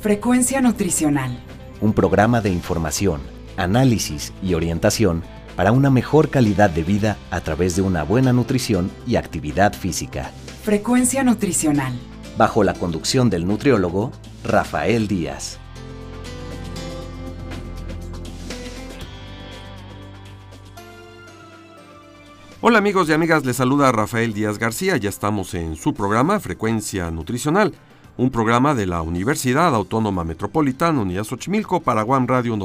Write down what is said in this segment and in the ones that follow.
Frecuencia Nutricional. Un programa de información, análisis y orientación para una mejor calidad de vida a través de una buena nutrición y actividad física. Frecuencia Nutricional. Bajo la conducción del nutriólogo Rafael Díaz. Hola amigos y amigas, les saluda Rafael Díaz García. Ya estamos en su programa Frecuencia Nutricional, un programa de la Universidad Autónoma Metropolitana Unidad Xochimilco para Guam Radio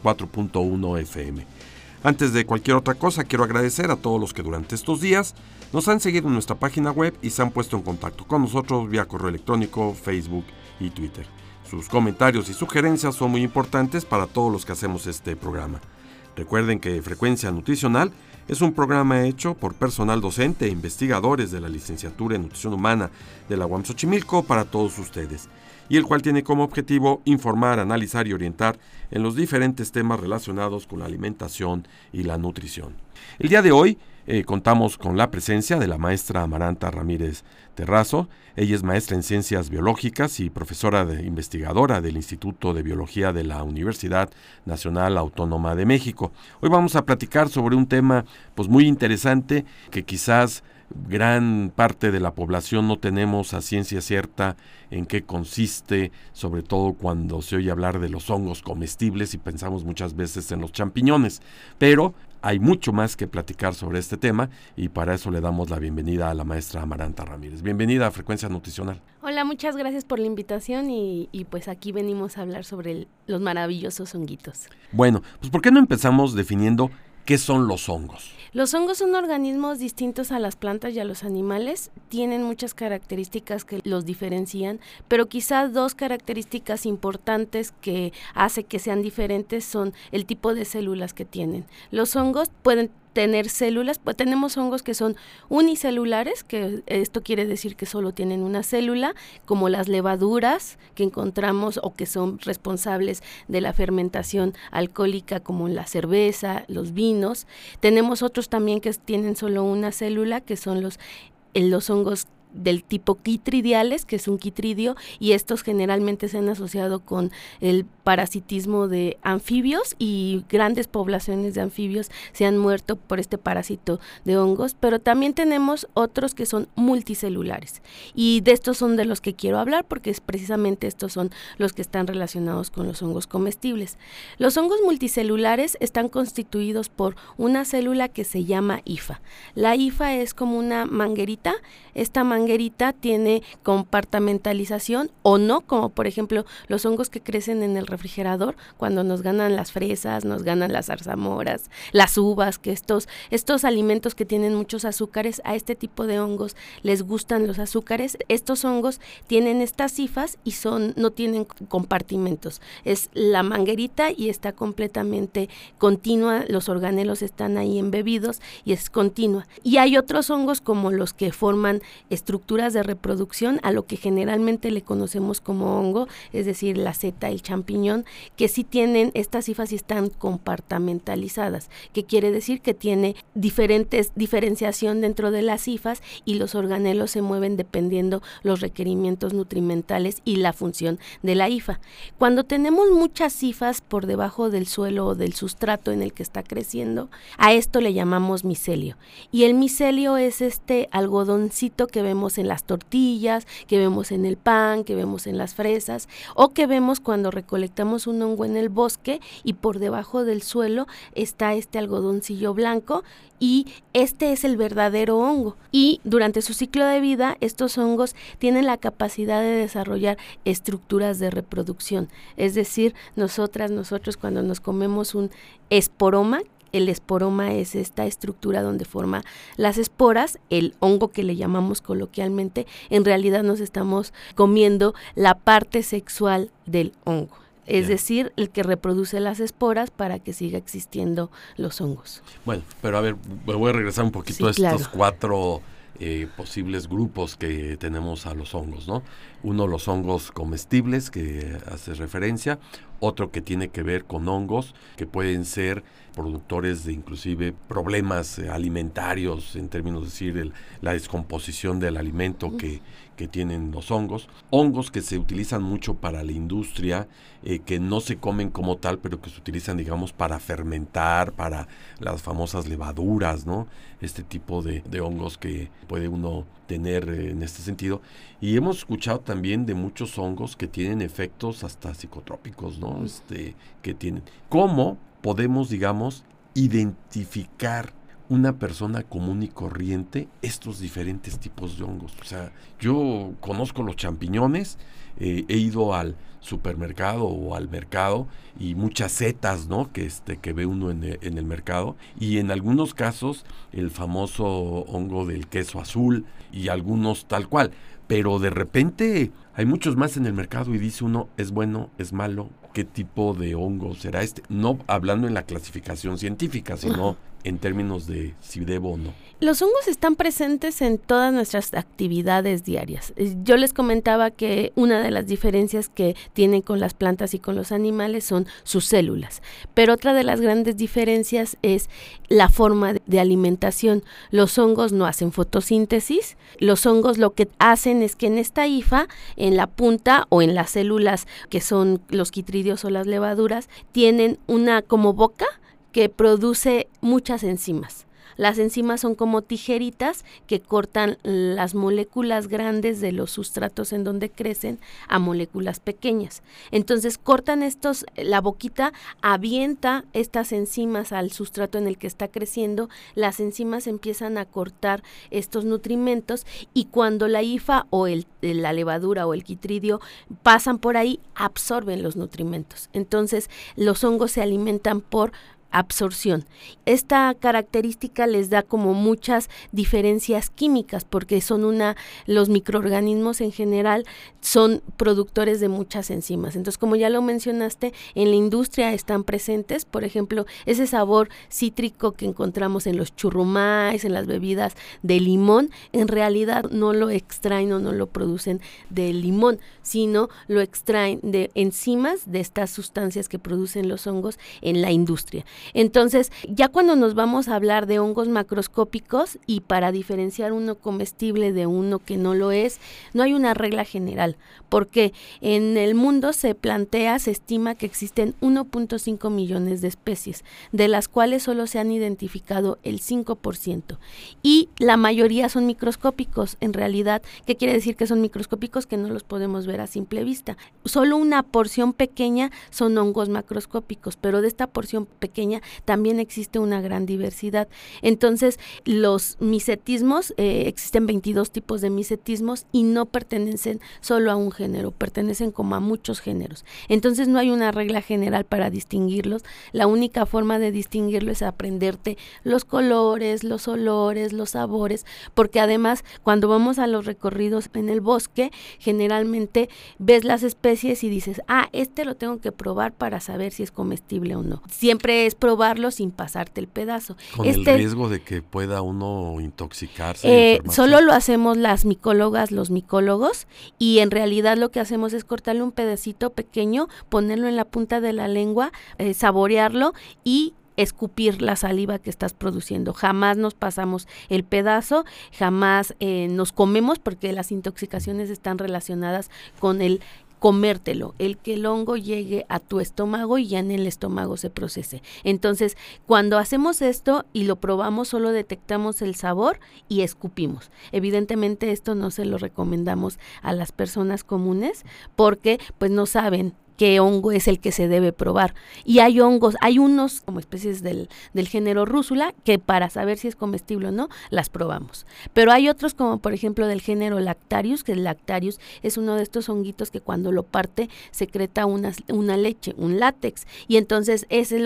94.1 FM. Antes de cualquier otra cosa, quiero agradecer a todos los que durante estos días nos han seguido en nuestra página web y se han puesto en contacto con nosotros vía correo electrónico, Facebook y Twitter. Sus comentarios y sugerencias son muy importantes para todos los que hacemos este programa. Recuerden que Frecuencia Nutricional es un programa hecho por personal docente e investigadores de la Licenciatura en Nutrición Humana de la UAM Xochimilco para todos ustedes, y el cual tiene como objetivo informar, analizar y orientar en los diferentes temas relacionados con la alimentación y la nutrición. El día de hoy contamos con la presencia de la maestra Amaranta Ramírez Terrazo. Ella es maestra en Ciencias Biológicas y profesora investigadora del Instituto de Biología de la Universidad Nacional Autónoma de México. Hoy vamos a platicar sobre un tema muy interesante que quizás gran parte de la población no tenemos a ciencia cierta en qué consiste, sobre todo cuando se oye hablar de los hongos comestibles y pensamos muchas veces en los champiñones, pero hay mucho más que platicar sobre este tema y para eso le damos la bienvenida a la maestra Amaranta Ramírez. Bienvenida a Frecuencia Nutricional. Hola, muchas gracias por la invitación y pues aquí venimos a hablar sobre los maravillosos honguitos. Bueno, pues ¿por qué no empezamos definiendo qué son los hongos? Los hongos son organismos distintos a las plantas y a los animales, tienen muchas características que los diferencian, pero quizás dos características importantes que hace que sean diferentes son el tipo de células que tienen. Los hongos pueden tener células, pues tenemos hongos que son unicelulares, que esto quiere decir que solo tienen una célula, como las levaduras que encontramos o que son responsables de la fermentación alcohólica, como la cerveza, los vinos. Tenemos otros también que tienen solo una célula, que son los hongos del tipo quitridiales, que es un quitridio, y estos generalmente se han asociado con el parasitismo de anfibios y grandes poblaciones de anfibios se han muerto por este parásito de hongos, pero también tenemos otros que son multicelulares y de estos son de los que quiero hablar porque precisamente estos son los que están relacionados con los hongos comestibles. Los hongos multicelulares están constituidos por una célula que se llama hifa. La hifa es como una manguerita. Esta manguerita tiene compartimentalización o no, como por ejemplo los hongos que crecen en el refrigerador cuando nos ganan las fresas, nos ganan las zarzamoras, las uvas, que estos alimentos que tienen muchos azúcares, a este tipo de hongos les gustan los azúcares. Estos hongos tienen estas hifas y no tienen compartimentos, es la manguerita y está completamente continua, los organelos están ahí embebidos y es continua. Y hay otros hongos como los que forman estructuras de reproducción a lo que generalmente le conocemos como hongo, es decir, la seta, el champiñón, que sí tienen estas hifas y están compartimentalizadas, que quiere decir que tiene diferenciación dentro de las hifas y los organelos se mueven dependiendo los requerimientos nutrimentales y la función de la hifa. Cuando tenemos muchas hifas por debajo del suelo o del sustrato en el que está creciendo, a esto le llamamos micelio. Y el micelio es este algodoncito que vemos en las tortillas, que vemos en el pan, que vemos en las fresas o que vemos cuando recolectamos un hongo en el bosque y por debajo del suelo está este algodoncillo blanco y este es el verdadero hongo. Y durante su ciclo de vida estos hongos tienen la capacidad de desarrollar estructuras de reproducción, es decir, nosotros cuando nos comemos un esporoma, el esporoma es esta estructura donde forma las esporas, el hongo que le llamamos coloquialmente, en realidad nos estamos comiendo la parte sexual del hongo. Es decir, el que reproduce las esporas para que siga existiendo los hongos. Bueno, pero a ver, me voy a regresar un poquito a estos cuatro posibles grupos que tenemos a los hongos, ¿no? Uno, los hongos comestibles, que hace referencia. otro que tiene que ver con hongos, que pueden ser productores de inclusive problemas alimentarios, en términos de decir la descomposición del alimento que tienen los hongos. Hongos que se utilizan mucho para la industria, que no se comen como tal, pero que se utilizan, digamos, para fermentar, para las famosas levaduras, ¿no? Este tipo de hongos que puede uno tener en este sentido. Y hemos escuchado también de muchos hongos que tienen efectos hasta psicotrópicos, ¿no? Que tienen. ¿Cómo podemos, digamos, identificar una persona común y corriente estos diferentes tipos de hongos? O sea, yo conozco los champiñones, he ido al supermercado o al mercado y muchas setas, ¿no? Que ve uno en el mercado, y en algunos casos el famoso hongo del queso azul y algunos tal cual, pero de repente hay muchos más en el mercado y dice uno, ¿es bueno, es malo? ¿Qué tipo de hongo será este? No hablando en la clasificación científica, sino en términos de si debo o no. Los hongos están presentes en todas nuestras actividades diarias. Yo les comentaba que una de las diferencias que tienen con las plantas y con los animales son sus células, pero otra de las grandes diferencias es la forma de alimentación. Los hongos no hacen fotosíntesis. Los hongos lo que hacen es que en esta hifa, en la punta o en las células que son los quitridios o las levaduras, tienen una como boca que produce muchas enzimas. Las enzimas son como tijeritas que cortan las moléculas grandes de los sustratos en donde crecen a moléculas pequeñas. Entonces cortan la boquita avienta estas enzimas al sustrato en el que está creciendo, las enzimas empiezan a cortar estos nutrimentos y cuando la hifa o la levadura o el quitridio pasan por ahí, absorben los nutrimentos. Entonces los hongos se alimentan por absorción. Esta característica les da como muchas diferencias químicas porque los microorganismos en general son productores de muchas enzimas. Entonces, como ya lo mencionaste, en la industria están presentes, por ejemplo, ese sabor cítrico que encontramos en los churrumais, en las bebidas de limón, en realidad no lo extraen o no lo producen del limón, sino lo extraen de enzimas de estas sustancias que producen los hongos en la industria. Entonces, ya cuando nos vamos a hablar de hongos macroscópicos y para diferenciar uno comestible de uno que no lo es, no hay una regla general, porque en el mundo se estima que existen 1.5 millones de especies, de las cuales solo se han identificado el 5%, y la mayoría son microscópicos. En realidad, ¿qué quiere decir que son microscópicos? Que no los podemos ver a simple vista. Solo una porción pequeña son hongos macroscópicos, pero de esta porción pequeña también existe una gran diversidad. Entonces, los micetismos, existen 22 tipos de micetismos y no pertenecen solo a un género, pertenecen como a muchos géneros. Entonces, no hay una regla general para distinguirlos. La única forma de distinguirlo es aprenderte los colores, los olores, los sabores, porque además, cuando vamos a los recorridos en el bosque, generalmente ves las especies y dices, este lo tengo que probar para saber si es comestible o no. Siempre es probarlo sin pasarte el pedazo. Con el riesgo de que pueda uno intoxicarse. Solo lo hacemos las micólogas, los micólogos, y en realidad lo que hacemos es cortarle un pedacito pequeño, ponerlo en la punta de la lengua, saborearlo y escupir la saliva que estás produciendo. Jamás nos pasamos el pedazo, jamás nos comemos, porque las intoxicaciones están relacionadas con el comértelo, el que el hongo llegue a tu estómago y ya en el estómago se procese. Entonces, cuando hacemos esto y lo probamos, solo detectamos el sabor y escupimos. Evidentemente, esto no se lo recomendamos a las personas comunes porque pues no saben qué hongo es el que se debe probar. Y hay hongos, hay unos como especies del género Rúsula que para saber si es comestible o no, las probamos. Pero hay otros como por ejemplo del género Lactarius, que el Lactarius es uno de estos honguitos que cuando lo parte secreta una leche, un látex, y entonces ese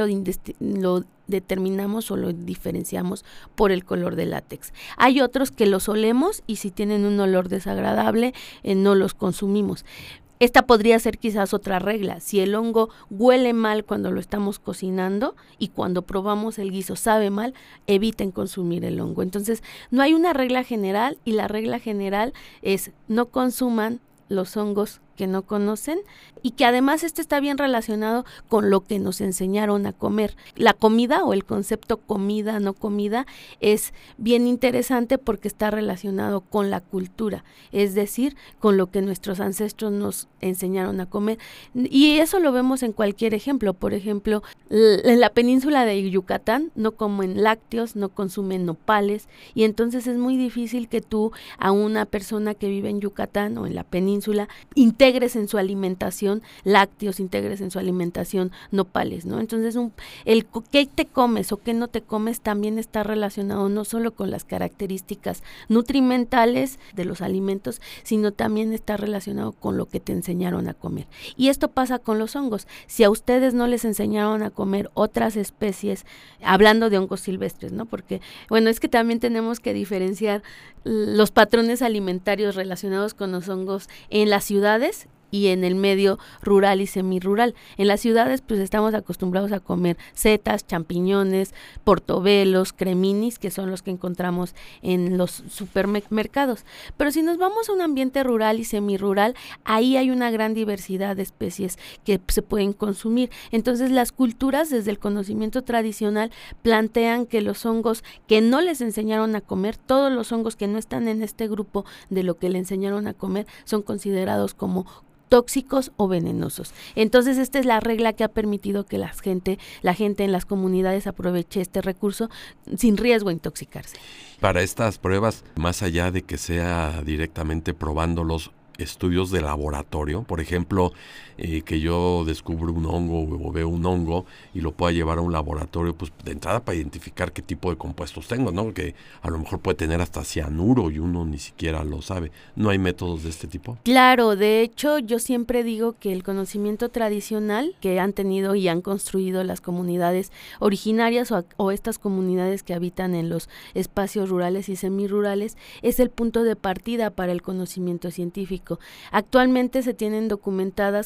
lo determinamos o lo diferenciamos por el color del látex. Hay otros que los olemos y si tienen un olor desagradable, no los consumimos. Esta podría ser quizás otra regla. Si el hongo huele mal cuando lo estamos cocinando y cuando probamos el guiso sabe mal, eviten consumir el hongo. Entonces, no hay una regla general y la regla general es no consuman los hongos que no conocen y que además está bien relacionado con lo que nos enseñaron a comer. La comida o el concepto comida, no comida, es bien interesante porque está relacionado con la cultura, es decir, con lo que nuestros ancestros nos enseñaron a comer. Y eso lo vemos en cualquier ejemplo. Por ejemplo, en la península de Yucatán no comen lácteos, no consumen nopales, y entonces es muy difícil que tú a una persona que vive en Yucatán o en la península integres en su alimentación lácteos, integres en su alimentación nopales, ¿no? Entonces el qué te comes o qué no te comes también está relacionado no solo con las características nutrimentales de los alimentos, sino también está relacionado con lo que te enseñaron a comer. Y esto pasa con los hongos. Si a ustedes no les enseñaron a comer otras especies, hablando de hongos silvestres, ¿no? Porque, bueno, es que también tenemos que diferenciar los patrones alimentarios relacionados con los hongos en las ciudades y en el medio rural y semirural. En las ciudades pues estamos acostumbrados a comer setas, champiñones, portobelos, creminis, que son los que encontramos en los supermercados. Pero si nos vamos a un ambiente rural y semirural, ahí hay una gran diversidad de especies que se pueden consumir. Entonces las culturas desde el conocimiento tradicional plantean que los hongos que no les enseñaron a comer, todos los hongos que no están en este grupo de lo que le enseñaron a comer, son considerados como tóxicos o venenosos. Entonces esta es la regla que ha permitido que la gente en las comunidades aproveche este recurso sin riesgo a intoxicarse. Para estas pruebas, más allá de que sea directamente probándolos, estudios de laboratorio, por ejemplo, que yo descubro un hongo o veo un hongo y lo pueda llevar a un laboratorio, pues de entrada para identificar qué tipo de compuestos tengo, ¿no? Que a lo mejor puede tener hasta cianuro y uno ni siquiera lo sabe. ¿No hay métodos de este tipo? Claro, de hecho yo siempre digo que el conocimiento tradicional que han tenido y han construido las comunidades originarias o estas comunidades que habitan en los espacios rurales y semirurales es el punto de partida para el conocimiento científico. Actualmente se tienen documentadas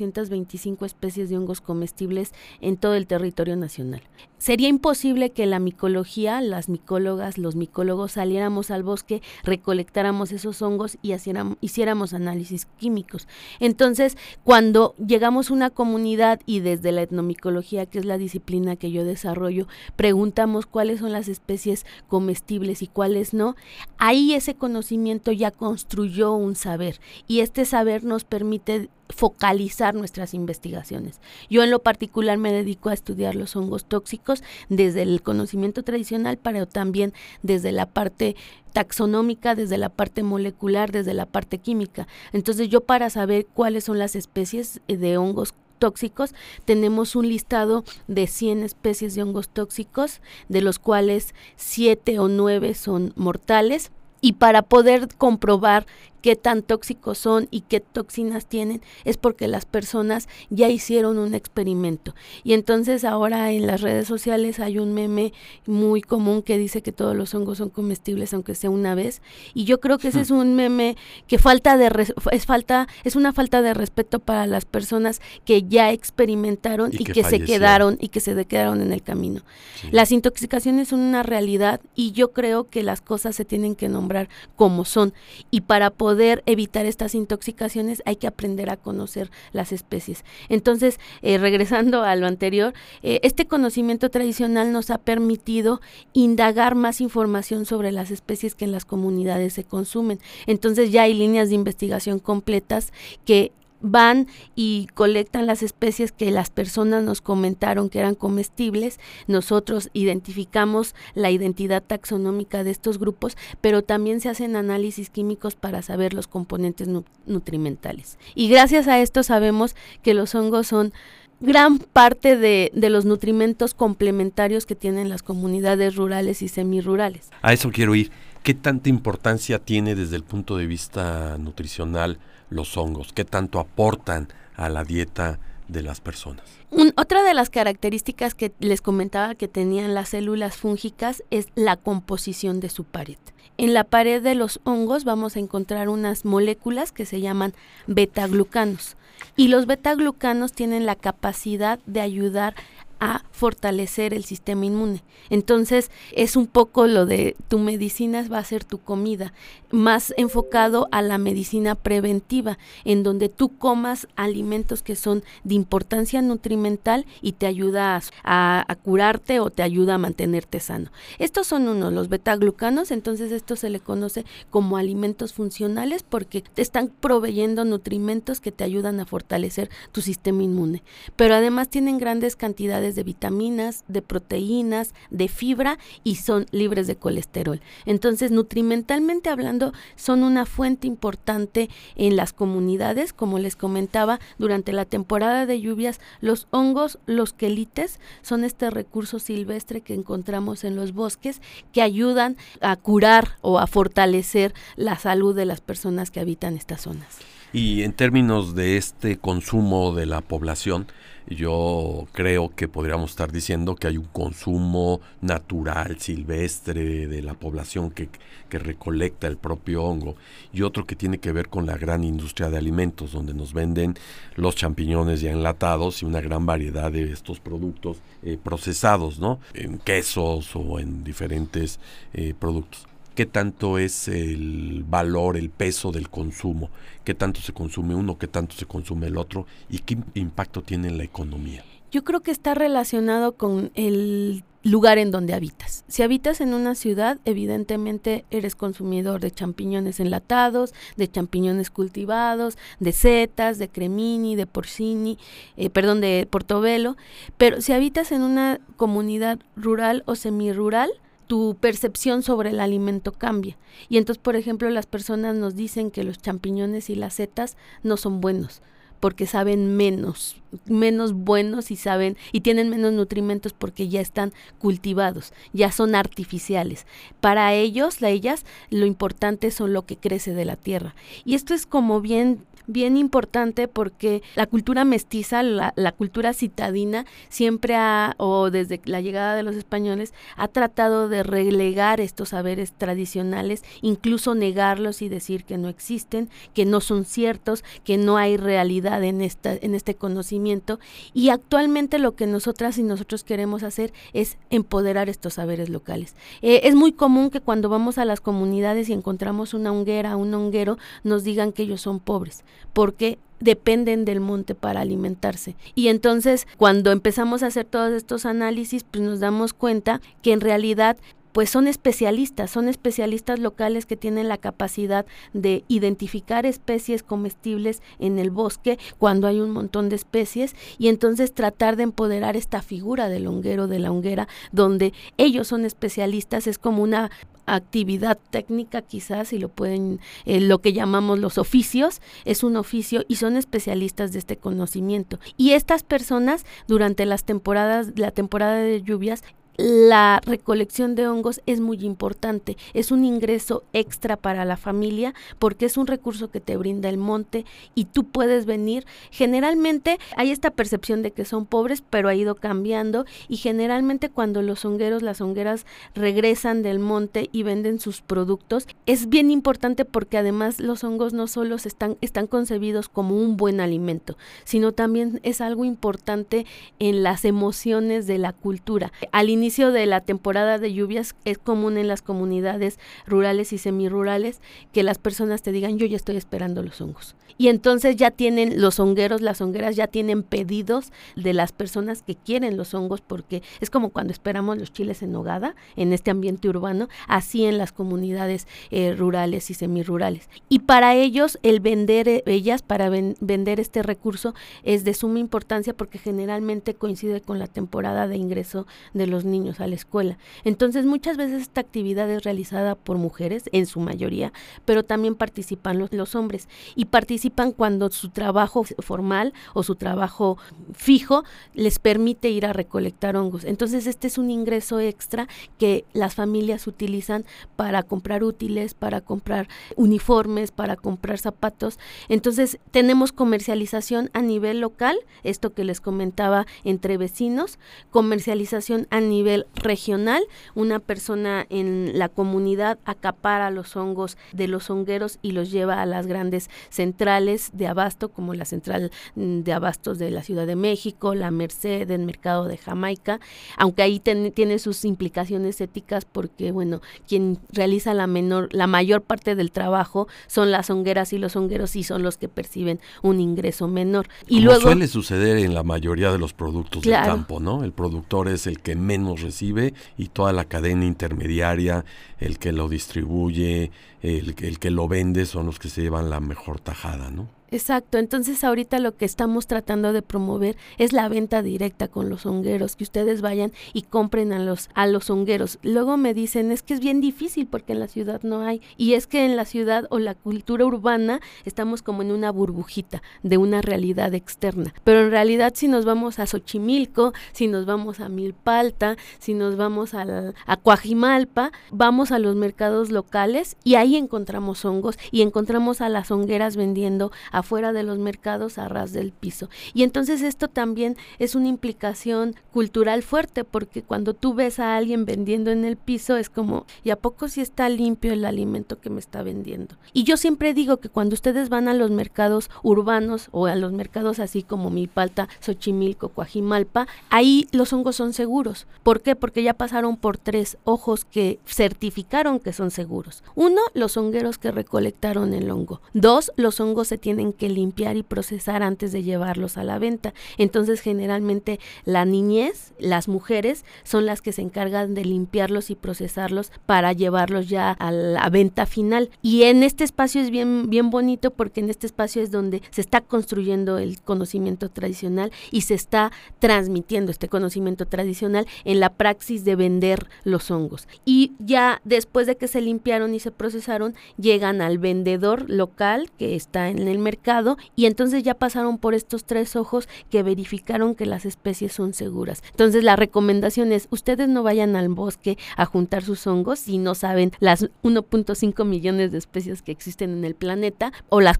425 especies de hongos comestibles en todo el territorio nacional. Sería imposible que la micología, las micólogas, los micólogos saliéramos al bosque, recolectáramos esos hongos y hiciéramos análisis químicos. Entonces, cuando llegamos a una comunidad y desde la etnomicología, que es la disciplina que yo desarrollo, preguntamos cuáles son las especies comestibles y cuáles no, ahí ese conocimiento ya construyó un saber y este saber nos permite focalizar nuestras investigaciones. Yo en lo particular me dedico a estudiar los hongos tóxicos desde el conocimiento tradicional, pero también desde la parte taxonómica, desde la parte molecular, desde la parte química. Entonces yo, para saber cuáles son las especies de hongos tóxicos, tenemos un listado de 100 especies de hongos tóxicos, de los cuales 7 o 9 son mortales. Y para poder comprobar qué tan tóxicos son y qué toxinas tienen, es porque las personas ya hicieron un experimento. Y entonces ahora en las redes sociales hay un meme muy común que dice que todos los hongos son comestibles aunque sea una vez. Y yo creo que ese es un meme que es una falta de respeto para las personas que ya experimentaron y que se quedaron en el camino. Sí. Las intoxicaciones son una realidad y yo creo que las cosas se tienen que nombrar como son. Y para poder evitar estas intoxicaciones hay que aprender a conocer las especies. Entonces, regresando a lo anterior, este conocimiento tradicional nos ha permitido indagar más información sobre las especies que en las comunidades se consumen. Entonces ya hay líneas de investigación completas que van y colectan las especies que las personas nos comentaron que eran comestibles. Nosotros identificamos la identidad taxonómica de estos grupos, pero también se hacen análisis químicos para saber los componentes nutrimentales. Y gracias a esto sabemos que los hongos son gran parte de los nutrimentos complementarios que tienen las comunidades rurales y semirurales. A eso quiero ir. ¿Qué tanta importancia tiene desde el punto de vista nutricional los hongos? ¿Qué tanto aportan a la dieta de las personas? Otra de las características que les comentaba que tenían las células fúngicas es la composición de su pared. En la pared de los hongos vamos a encontrar unas moléculas que se llaman betaglucanos. Y los betaglucanos tienen la capacidad de ayudar a fortalecer el sistema inmune. Entonces es un poco lo de tu medicina va a ser tu comida, más enfocado a la medicina preventiva, en donde tú comas alimentos que son de importancia nutrimental y te ayuda a curarte o te ayuda a mantenerte sano. Estos son los betaglucanos, entonces esto se le conoce como alimentos funcionales porque te están proveyendo nutrimentos que te ayudan a fortalecer tu sistema inmune. Pero además tienen grandes cantidades de vitaminas, de proteínas, de fibra y son libres de colesterol. Entonces, nutrimentalmente hablando, son una fuente importante en las comunidades. Como les comentaba, durante la temporada de lluvias, los hongos, los quelites, son este recurso silvestre que encontramos en los bosques que ayudan a curar o a fortalecer la salud de las personas que habitan estas zonas. Y en términos de este consumo de la población, yo creo que podríamos estar diciendo que hay un consumo natural, silvestre de la población que recolecta el propio hongo, y otro que tiene que ver con la gran industria de alimentos, donde nos venden los champiñones ya enlatados y una gran variedad de estos productos procesados, ¿no? En quesos o en diferentes productos. ¿Qué tanto es el valor, el peso del consumo? ¿Qué tanto se consume uno? ¿Qué tanto se consume el otro? ¿Y qué impacto tiene en la economía? Yo creo que está relacionado con el lugar en donde habitas. Si habitas en una ciudad, evidentemente eres consumidor de champiñones enlatados, de champiñones cultivados, de setas, de cremini, de porcini, de portobello. Pero si habitas en una comunidad rural o semirural, tu percepción sobre el alimento cambia. Y entonces, por ejemplo, las personas nos dicen que los champiñones y las setas no son buenos, porque saben menos buenos y tienen menos nutrimentos porque ya están cultivados, ya son artificiales. Para ellas, lo importante son lo que crece de la tierra. Y esto es como bien importante porque la cultura mestiza, la cultura citadina siempre o desde la llegada de los españoles ha tratado de relegar estos saberes tradicionales, incluso negarlos y decir que no existen, que no son ciertos, que no hay realidad en este conocimiento. Y actualmente lo que nosotras y nosotros queremos hacer es empoderar estos saberes locales. Es muy común que cuando vamos a las comunidades y encontramos una honguera, un honguero, nos digan que ellos son pobres, porque dependen del monte para alimentarse. Y entonces, cuando empezamos a hacer todos estos análisis, pues nos damos cuenta que en realidad pues son especialistas locales que tienen la capacidad de identificar especies comestibles en el bosque cuando hay un montón de especies, y entonces tratar de empoderar esta figura del honguero, de la honguera, donde ellos son especialistas. Es como una actividad técnica, quizás, si lo pueden, lo que llamamos los oficios, es un oficio y son especialistas de este conocimiento. Y estas personas, durante la temporada de lluvias, la recolección de hongos es muy importante, es un ingreso extra para la familia porque es un recurso que te brinda el monte y tú puedes venir. Generalmente hay esta percepción de que son pobres, pero ha ido cambiando, y generalmente cuando las hongueras regresan del monte y venden sus productos, es bien importante porque además los hongos no solo están concebidos como un buen alimento, sino también es algo importante en las emociones de la cultura. Al inicio de la temporada de lluvias es común en las comunidades rurales y semirurales que las personas te digan: yo ya estoy esperando los hongos. Y entonces ya tienen los hongueros, las hongueras ya tienen pedidos de las personas que quieren los hongos, porque es como cuando esperamos los chiles en nogada en este ambiente urbano, así en las comunidades rurales y semirurales. Y para ellos el vender vender este recurso es de suma importancia porque generalmente coincide con la temporada de ingreso de los niños a la escuela. Entonces muchas veces esta actividad es realizada por mujeres en su mayoría, pero también participan los hombres, y participan cuando su trabajo formal o su trabajo fijo les permite ir a recolectar hongos. Entonces este es un ingreso extra que las familias utilizan para comprar útiles, para comprar uniformes, para comprar zapatos. Entonces tenemos comercialización a nivel local, esto que les comentaba, entre vecinos, comercialización a nivel nivel regional, una persona en la comunidad acapara los hongos de los hongueros y los lleva a las grandes centrales de abasto, como la central de abastos de la Ciudad de México, la Merced, el mercado de Jamaica, aunque ahí tiene sus implicaciones éticas porque, bueno, quien realiza la mayor parte del trabajo son las hongueras y los hongueros, y son los que perciben un ingreso menor. Y como luego suele suceder en la mayoría de los productos claro, del campo, ¿no? El productor es el que menos recibe y toda la cadena intermediaria, el que lo distribuye, el que lo vende, son los que se llevan la mejor tajada, ¿no? Exacto, entonces ahorita lo que estamos tratando de promover es la venta directa con los hongueros, que ustedes vayan y compren a los hongueros. Luego me dicen, es que es bien difícil porque en la ciudad no hay, y es que en la ciudad o la cultura urbana estamos como en una burbujita de una realidad externa, pero en realidad si nos vamos a Xochimilco, si nos vamos a Milpalta, si nos vamos a Coajimalpa, vamos a los mercados locales y ahí encontramos hongos y encontramos a las hongueras vendiendo afuera de los mercados a ras del piso. Y entonces esto también es una implicación cultural fuerte, porque cuando tú ves a alguien vendiendo en el piso es como, ¿y a poco sí está limpio el alimento que me está vendiendo? Y yo siempre digo que cuando ustedes van a los mercados urbanos o a los mercados así como Milpalta, Xochimilco, Coajimalpa, ahí los hongos son seguros. ¿Por qué? Porque ya pasaron por 3 ojos que certificaron que son seguros. 1, los hongueros que recolectaron el hongo. 2, los hongos se tienen que limpiar y procesar antes de llevarlos a la venta. Entonces generalmente la niñez, las mujeres son las que se encargan de limpiarlos y procesarlos para llevarlos ya a la venta final. Y en este espacio es bien bonito, porque en este espacio es donde se está construyendo el conocimiento tradicional y se está transmitiendo este conocimiento tradicional en la praxis de vender los hongos. Y ya después de que se limpiaron y se procesaron, llegan al vendedor local que está en el mercado, y entonces ya pasaron por estos 3 ojos que verificaron que las especies son seguras. Entonces la recomendación es, ustedes no vayan al bosque a juntar sus hongos si no saben las 1.5 millones de especies que existen en el planeta, o las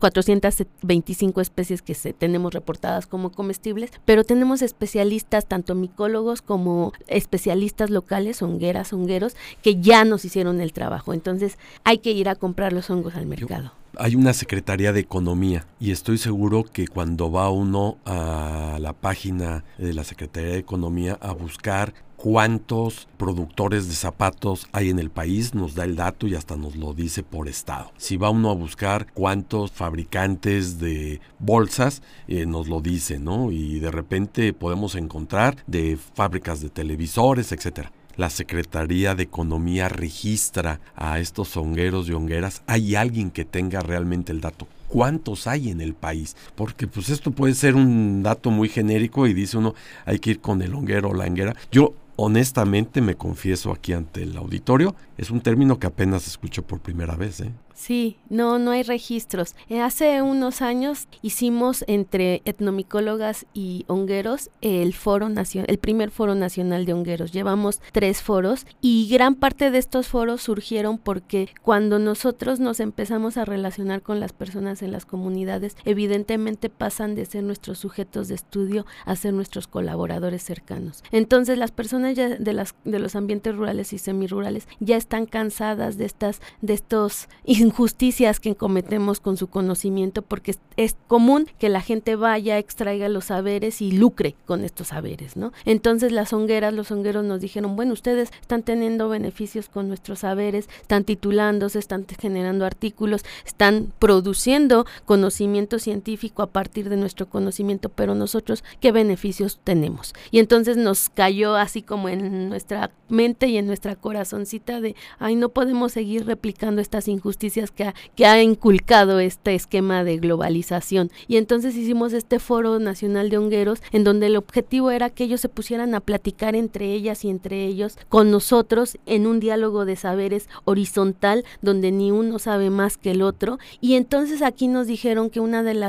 425 especies que tenemos reportadas como comestibles, pero tenemos especialistas, tanto micólogos como especialistas locales, hongueras, hongueros, que ya nos hicieron el trabajo. Entonces hay que ir a comprar los hongos al mercado. Hay una Secretaría de Economía y estoy seguro que cuando va uno a la página de la Secretaría de Economía a buscar cuántos productores de zapatos hay en el país, nos da el dato y hasta nos lo dice por estado. Si va uno a buscar cuántos fabricantes de bolsas, nos lo dice, ¿no? Y de repente podemos encontrar de fábricas de televisores, etcétera. La Secretaría de Economía registra a estos hongueros y hongueras. ¿Hay alguien que tenga realmente el dato? ¿Cuántos hay en el país? Porque pues esto puede ser un dato muy genérico y dice uno, hay que ir con el honguero o la honguera. Yo honestamente me confieso aquí ante el auditorio, es un término que apenas escucho por primera vez, ¿eh? Sí, no hay registros. Hace unos años hicimos entre etnomicólogas y hongueros el primer foro nacional de hongueros. Llevamos 3 foros y gran parte de estos foros surgieron porque cuando nosotros nos empezamos a relacionar con las personas en las comunidades, evidentemente pasan de ser nuestros sujetos de estudio a ser nuestros colaboradores cercanos. Entonces las personas ya de los ambientes rurales y semirurales ya están cansadas de estos injusticias que cometemos con su conocimiento, porque es común que la gente vaya, extraiga los saberes y lucre con estos saberes, ¿no? Entonces los hongueros nos dijeron, bueno, ustedes están teniendo beneficios con nuestros saberes, están titulándose, están generando artículos, están produciendo conocimiento científico a partir de nuestro conocimiento, pero nosotros, ¿qué beneficios tenemos? Y entonces nos cayó así como en nuestra mente y en nuestra corazoncita de, ay, no podemos seguir replicando estas injusticias que ha inculcado este esquema de globalización. Y entonces hicimos este foro nacional de hongueros en donde el objetivo era que ellos se pusieran a platicar entre ellas y entre ellos con nosotros en un diálogo de saberes horizontal donde ni uno sabe más que el otro. Y entonces aquí nos dijeron que una de las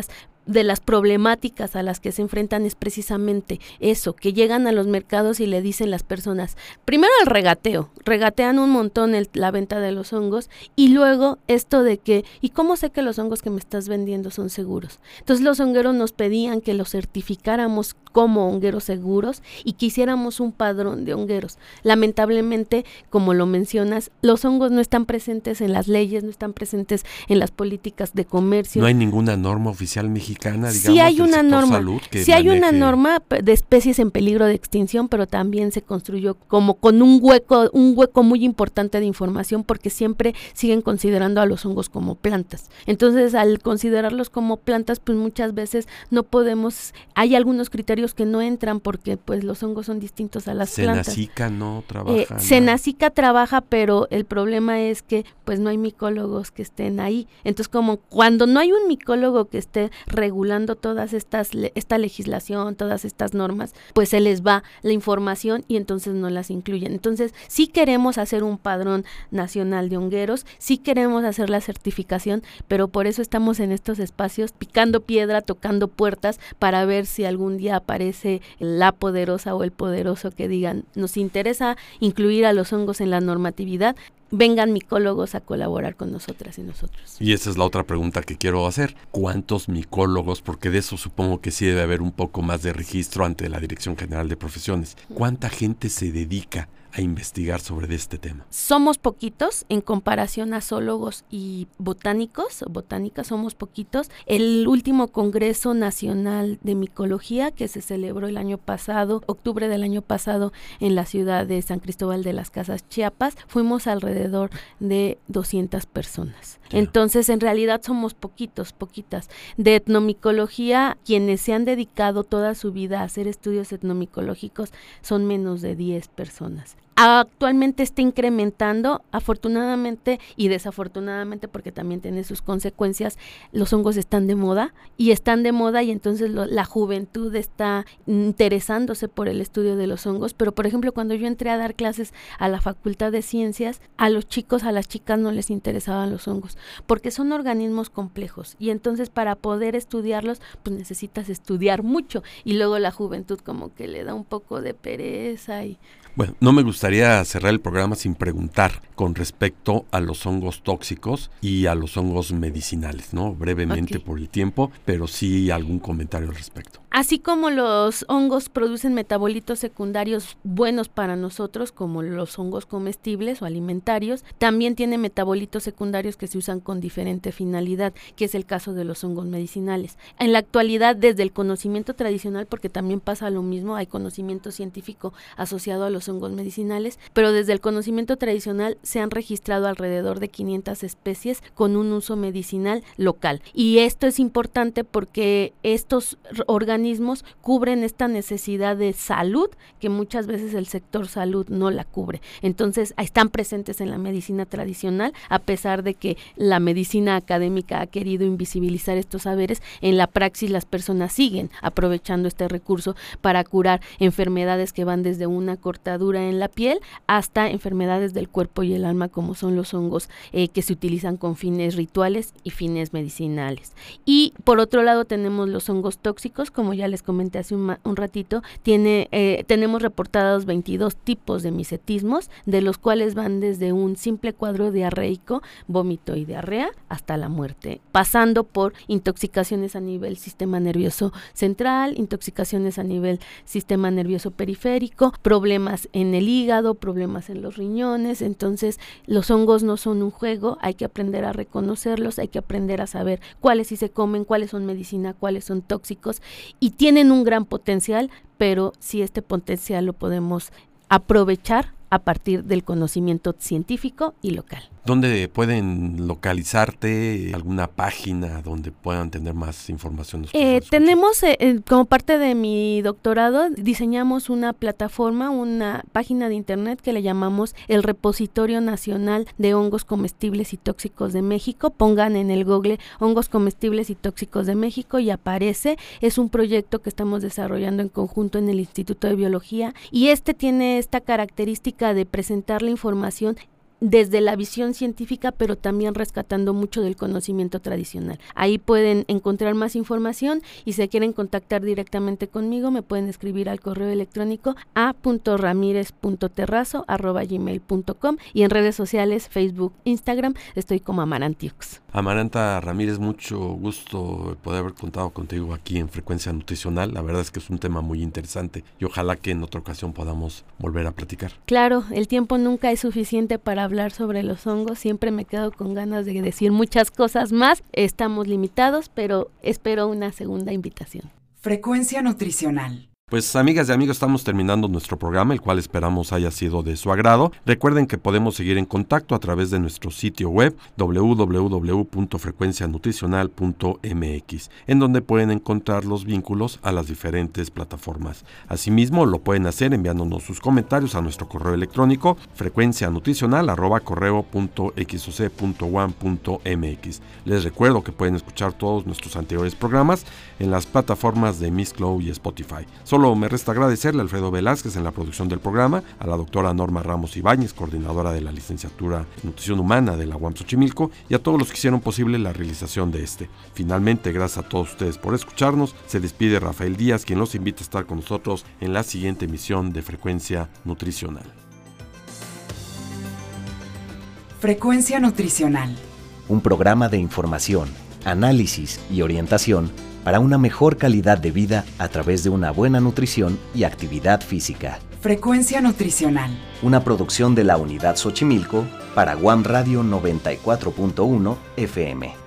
de las problemáticas a las que se enfrentan es precisamente eso, que llegan a los mercados y le dicen las personas, primero el regatean un montón la venta de los hongos, y luego esto de que, ¿y cómo sé que los hongos que me estás vendiendo son seguros? Entonces los hongueros nos pedían que los certificáramos como hongueros seguros y que hiciéramos un padrón de hongueros. Lamentablemente, como lo mencionas, los hongos no están presentes en las leyes, no están presentes en las políticas de comercio. No hay ninguna norma oficial mexicana, digamos, sí hay una norma, salud que sí hay una norma de especies en peligro de extinción, pero también se construyó como con un hueco muy importante de información, porque siempre siguen considerando a los hongos como plantas. Entonces, al considerarlos como plantas, pues muchas veces no podemos, hay algunos criterios que no entran porque pues los hongos son distintos a las plantas. Senacica no trabaja. Senacica trabaja, pero el problema es que pues no hay micólogos que estén ahí. Entonces, como cuando no hay un micólogo que esté regulando todas esta legislación, todas estas normas, pues se les va la información y entonces no las incluyen. Entonces, sí queremos hacer un padrón nacional de hongueros, sí queremos hacer la certificación, pero por eso estamos en estos espacios picando piedra, tocando puertas, para ver si algún día aparece la poderosa o el poderoso que digan, nos interesa incluir a los hongos en la normatividad, vengan micólogos a colaborar con nosotras y nosotros. Y esa es la otra pregunta que quiero hacer. ¿Cuántos micólogos? Porque de eso supongo que sí debe haber un poco más de registro ante la Dirección General de Profesiones. ¿Cuánta gente se dedica a investigar sobre este tema? Somos poquitos en comparación a zoólogos y botánicas somos poquitos. El último Congreso Nacional de Micología, que se celebró el año pasado, octubre del año pasado, en la ciudad de San Cristóbal de las Casas, Chiapas, fuimos alrededor de 200 personas. Sí. Entonces, en realidad somos poquitas. De etnomicología, quienes se han dedicado toda su vida a hacer estudios etnomicológicos son menos de 10 personas. Actualmente está incrementando, afortunadamente y desafortunadamente, porque también tiene sus consecuencias. Los hongos están de moda y entonces la juventud está interesándose por el estudio de los hongos, pero por ejemplo cuando yo entré a dar clases a la Facultad de Ciencias, a los chicos, a las chicas no les interesaban los hongos, porque son organismos complejos y entonces para poder estudiarlos pues necesitas estudiar mucho, y luego la juventud como que le da un poco de pereza y... Bueno, no me gustaría cerrar el programa sin preguntar con respecto a los hongos tóxicos y a los hongos medicinales, ¿no? Brevemente por el tiempo, pero sí algún comentario al respecto. Así como los hongos producen metabolitos secundarios buenos para nosotros, como los hongos comestibles o alimentarios, también tiene metabolitos secundarios que se usan con diferente finalidad, que es el caso de los hongos medicinales. En la actualidad, desde el conocimiento tradicional, porque también pasa lo mismo, hay conocimiento científico asociado a los hongos medicinales, pero desde el conocimiento tradicional se han registrado alrededor de 500 especies con un uso medicinal local. Y esto es importante porque estos organismos cubren esta necesidad de salud que muchas veces el sector salud no la cubre. Entonces están presentes en la medicina tradicional, a pesar de que la medicina académica ha querido invisibilizar estos saberes. En la praxis las personas siguen aprovechando este recurso para curar enfermedades que van desde una cortadura en la piel hasta enfermedades del cuerpo y el alma, como son los hongos que se utilizan con fines rituales y fines medicinales. Y por otro lado tenemos los hongos tóxicos, como ya les comenté hace un ratito. Tenemos reportados 22 tipos de micetismos, de los cuales van desde un simple cuadro diarreico, vómito y diarrea, hasta la muerte, pasando por intoxicaciones a nivel sistema nervioso central, intoxicaciones a nivel sistema nervioso periférico, problemas en el hígado, problemas en los riñones. Entonces los hongos no son un juego, hay que aprender a reconocerlos, hay que aprender a saber cuáles sí se comen, cuáles son medicina, cuáles son tóxicos, y tienen un gran potencial, pero si este potencial lo podemos aprovechar a partir del conocimiento científico y local. ¿Dónde pueden localizarte? ¿Alguna página donde puedan tener más información? Tenemos, como parte de mi doctorado, diseñamos una plataforma, una página de internet que le llamamos el Repositorio Nacional de Hongos Comestibles y Tóxicos de México. Pongan en el Google hongos comestibles y tóxicos de México y aparece. Es un proyecto que estamos desarrollando en conjunto en el Instituto de Biología, y tiene esta característica de presentar la información desde la visión científica, pero también rescatando mucho del conocimiento tradicional. Ahí pueden encontrar más información y si quieren contactar directamente conmigo, me pueden escribir al correo electrónico a.ramirez.terrazo@gmail.com y en redes sociales, Facebook, Instagram, estoy como Amarantiux. Amaranta Ramírez, mucho gusto poder haber contado contigo aquí en Frecuencia Nutricional. La verdad es que es un tema muy interesante y ojalá que en otra ocasión podamos volver a platicar. Claro, el tiempo nunca es suficiente para hablar sobre los hongos. Siempre me quedo con ganas de decir muchas cosas más. Estamos limitados, pero espero una segunda invitación. Frecuencia Nutricional. Pues amigas y amigos, estamos terminando nuestro programa, el cual esperamos haya sido de su agrado. Recuerden que podemos seguir en contacto a través de nuestro sitio web www.frecuencianutricional.mx, en donde pueden encontrar los vínculos a las diferentes plataformas. Asimismo, lo pueden hacer enviándonos sus comentarios a nuestro correo electrónico frecuencianutricional@correo.xoc.1.mx. Les recuerdo que pueden escuchar todos nuestros anteriores programas en las plataformas de Mixcloud y Spotify. Solo me resta agradecerle a Alfredo Velázquez en la producción del programa, a la doctora Norma Ramos Ibáñez, coordinadora de la licenciatura en Nutrición Humana de la UAM Xochimilco, y a todos los que hicieron posible la realización de este. Finalmente, gracias a todos ustedes por escucharnos. Se despide Rafael Díaz, quien los invita a estar con nosotros en la siguiente emisión de Frecuencia Nutricional. Frecuencia Nutricional. Un programa de información, análisis y orientación para una mejor calidad de vida a través de una buena nutrición y actividad física. Frecuencia Nutricional. Una producción de la Unidad Xochimilco para UAM Radio 94.1 FM.